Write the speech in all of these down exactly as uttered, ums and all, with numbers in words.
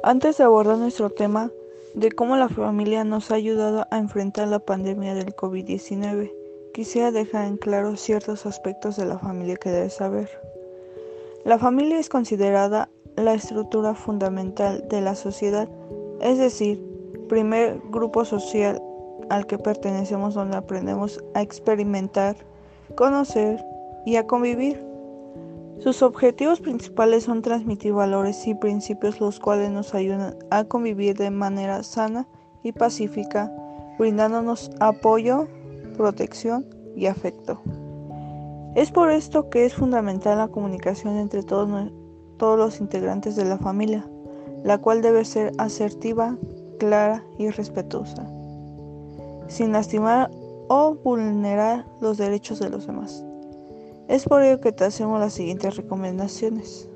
Antes de abordar nuestro tema de cómo la familia nos ha ayudado a enfrentar la pandemia del COVID diecinueve, quisiera dejar en claro ciertos aspectos de la familia que debes saber. La familia es considerada la estructura fundamental de la sociedad, es decir, primer grupo social al que pertenecemos donde aprendemos a experimentar, conocer y a convivir. Sus objetivos principales son transmitir valores y principios los cuales nos ayudan a convivir de manera sana y pacífica, brindándonos apoyo, protección y afecto. Es por esto que es fundamental la comunicación entre todos, todos los integrantes de la familia, la cual debe ser asertiva, clara y respetuosa, sin lastimar o vulnerar los derechos de los demás. Es por ello que te hacemos las siguientes recomendaciones.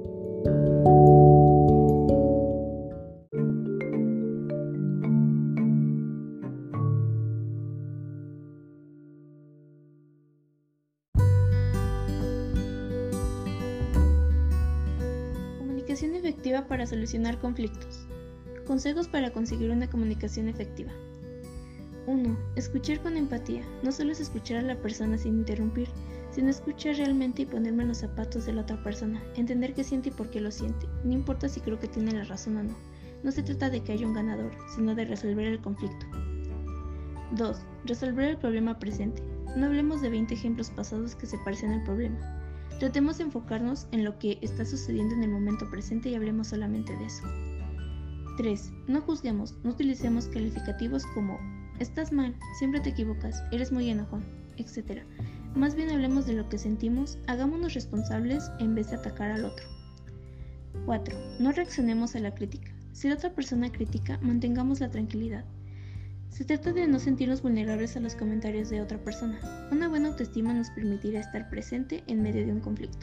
Comunicación efectiva para solucionar conflictos. Consejos para conseguir una comunicación efectiva. uno. Escuchar con empatía. No solo es escuchar a la persona sin interrumpir, sino escuchar realmente y ponerme en los zapatos de la otra persona, entender qué siente y por qué lo siente. No importa si creo que tiene la razón o no. No se trata de que haya un ganador, sino de resolver el conflicto. dos. Resolver el problema presente. No hablemos de veinte ejemplos pasados que se parecen al problema. Tratemos de enfocarnos en lo que está sucediendo en el momento presente y hablemos solamente de eso. tres. No juzguemos, no utilicemos calificativos como estás mal, siempre te equivocas, eres muy enojón, etcétera. Más bien hablemos de lo que sentimos, hagámonos responsables en vez de atacar al otro. cuatro. No reaccionemos a la crítica. Si la otra persona critica, mantengamos la tranquilidad. Se trata de no sentirnos vulnerables a los comentarios de otra persona. Una buena autoestima nos permitirá estar presente en medio de un conflicto.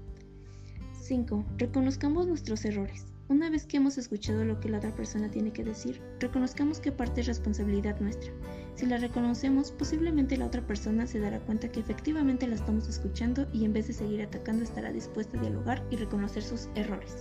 cinco. Reconozcamos nuestros errores. Una vez que hemos escuchado lo que la otra persona tiene que decir, reconozcamos que parte es responsabilidad nuestra. Si la reconocemos, posiblemente la otra persona se dará cuenta que efectivamente la estamos escuchando y en vez de seguir atacando estará dispuesta a dialogar y reconocer sus errores.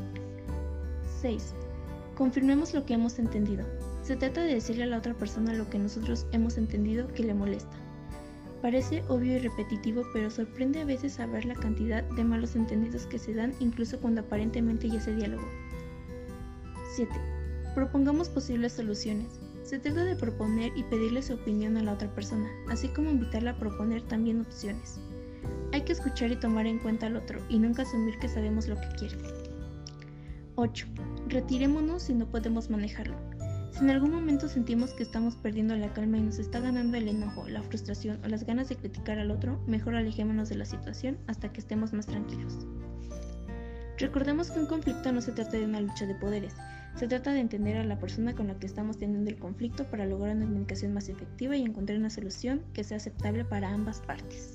seis. Confirmemos lo que hemos entendido. Se trata de decirle a la otra persona lo que nosotros hemos entendido que le molesta. Parece obvio y repetitivo, pero sorprende a veces saber la cantidad de malos entendidos que se dan incluso cuando aparentemente ya se dialogó. siete. Propongamos posibles soluciones. Se trata de proponer y pedirle su opinión a la otra persona, así como invitarla a proponer también opciones. Hay que escuchar y tomar en cuenta al otro y nunca asumir que sabemos lo que quiere. ocho. Retirémonos si no podemos manejarlo. Si en algún momento sentimos que estamos perdiendo la calma y nos está ganando el enojo, la frustración o las ganas de criticar al otro, mejor alejémonos de la situación hasta que estemos más tranquilos. Recordemos que un conflicto no se trata de una lucha de poderes, se trata de entender a la persona con la que estamos teniendo el conflicto para lograr una comunicación más efectiva y encontrar una solución que sea aceptable para ambas partes.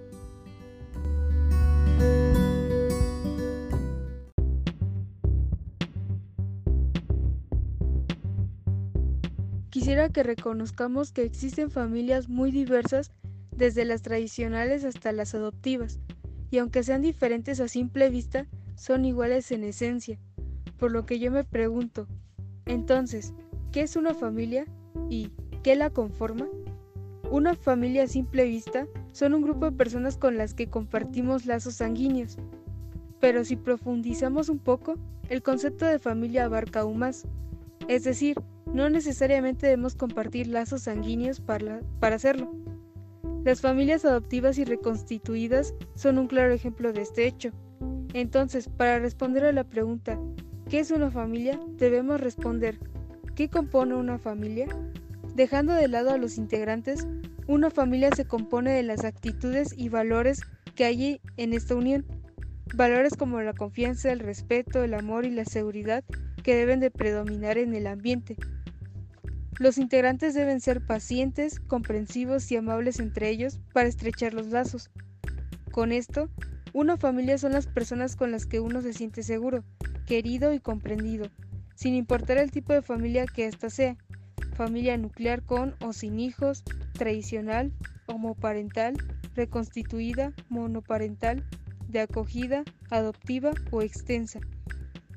Quisiera que reconozcamos que existen familias muy diversas, desde las tradicionales hasta las adoptivas, y aunque sean diferentes a simple vista, son iguales en esencia. Por lo que yo me pregunto, entonces, ¿qué es una familia y qué la conforma? Una familia a simple vista son un grupo de personas con las que compartimos lazos sanguíneos. Pero si profundizamos un poco, el concepto de familia abarca aún más. Es decir, no necesariamente debemos compartir lazos sanguíneos para, para hacerlo. Las familias adoptivas y reconstituidas son un claro ejemplo de este hecho. Entonces, para responder a la pregunta, ¿qué es una familia?, debemos responder, ¿qué compone una familia? Dejando de lado a los integrantes, una familia se compone de las actitudes y valores que hay en esta unión. Valores como la confianza, el respeto, el amor y la seguridad que deben de predominar en el ambiente. Los integrantes deben ser pacientes, comprensivos y amables entre ellos para estrechar los lazos. Con esto, una familia son las personas con las que uno se siente seguro, querido y comprendido, sin importar el tipo de familia que ésta sea, familia nuclear con o sin hijos, tradicional, homoparental, reconstituida, monoparental, de acogida, adoptiva o extensa.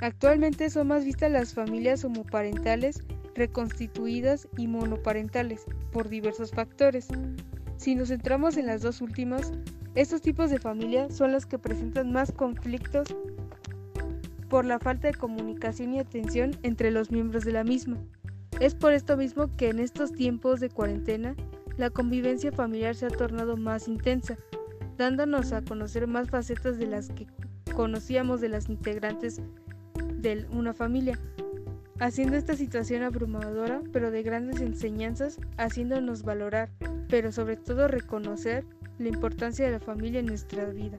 Actualmente son más vistas las familias homoparentales, reconstituidas y monoparentales, por diversos factores. Si nos centramos en las dos últimas, estos tipos de familia son las que presentan más conflictos por la falta de comunicación y atención entre los miembros de la misma. Es por esto mismo que en estos tiempos de cuarentena, la convivencia familiar se ha tornado más intensa, dándonos a conocer más facetas de las que conocíamos de las integrantes de una familia, haciendo esta situación abrumadora, pero de grandes enseñanzas, haciéndonos valorar, pero sobre todo reconocer la importancia de la familia en nuestra vida.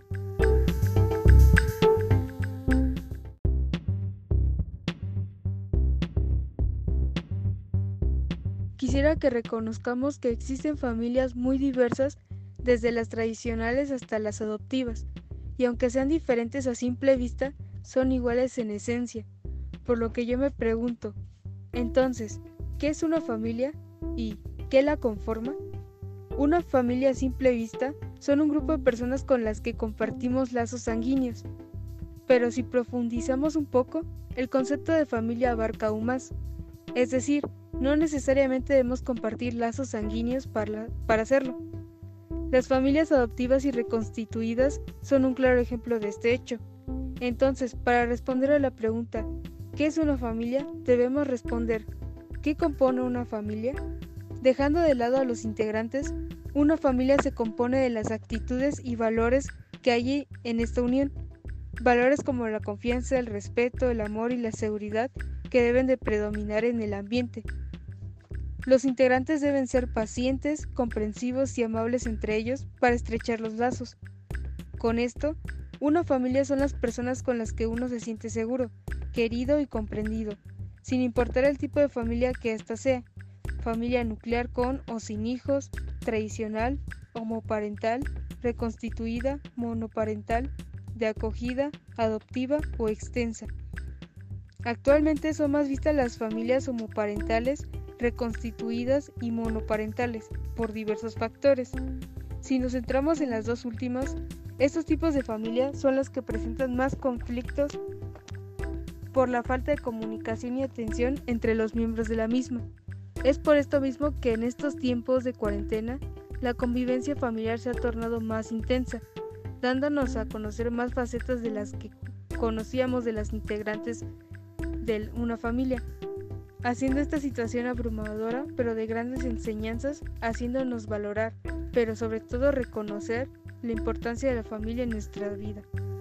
Quisiera que reconozcamos que existen familias muy diversas, desde las tradicionales hasta las adoptivas, y aunque sean diferentes a simple vista, son iguales en esencia. Por lo que yo me pregunto, entonces, ¿qué es una familia y qué la conforma? Una familia a simple vista son un grupo de personas con las que compartimos lazos sanguíneos, pero si profundizamos un poco, el concepto de familia abarca aún más, es decir, no necesariamente debemos compartir lazos sanguíneos para, para hacerlo. Las familias adoptivas y reconstituidas son un claro ejemplo de este hecho. Entonces, para responder a la pregunta, ¿qué es una familia?, debemos responder, ¿qué compone una familia? Dejando de lado a los integrantes, una familia se compone de las actitudes y valores que hay en esta unión. Valores como la confianza, el respeto, el amor y la seguridad que deben de predominar en el ambiente. Los integrantes deben ser pacientes, comprensivos y amables entre ellos para estrechar los lazos. Con esto, una familia son las personas con las que uno se siente seguro, querido y comprendido, sin importar el tipo de familia que ésta sea, familia nuclear con o sin hijos, tradicional, homoparental, reconstituida, monoparental, de acogida, adoptiva o extensa. Actualmente son más vistas las familias homoparentales, reconstituidas y monoparentales, por diversos factores. Si nos centramos en las dos últimas, estos tipos de familia son las que presentan más conflictos por la falta de comunicación y atención entre los miembros de la misma. Es por esto mismo que en estos tiempos de cuarentena, la convivencia familiar se ha tornado más intensa, dándonos a conocer más facetas de las que conocíamos de las integrantes de una familia, haciendo esta situación abrumadora, pero de grandes enseñanzas, haciéndonos valorar, pero sobre todo reconocer la importancia de la familia en nuestra vida.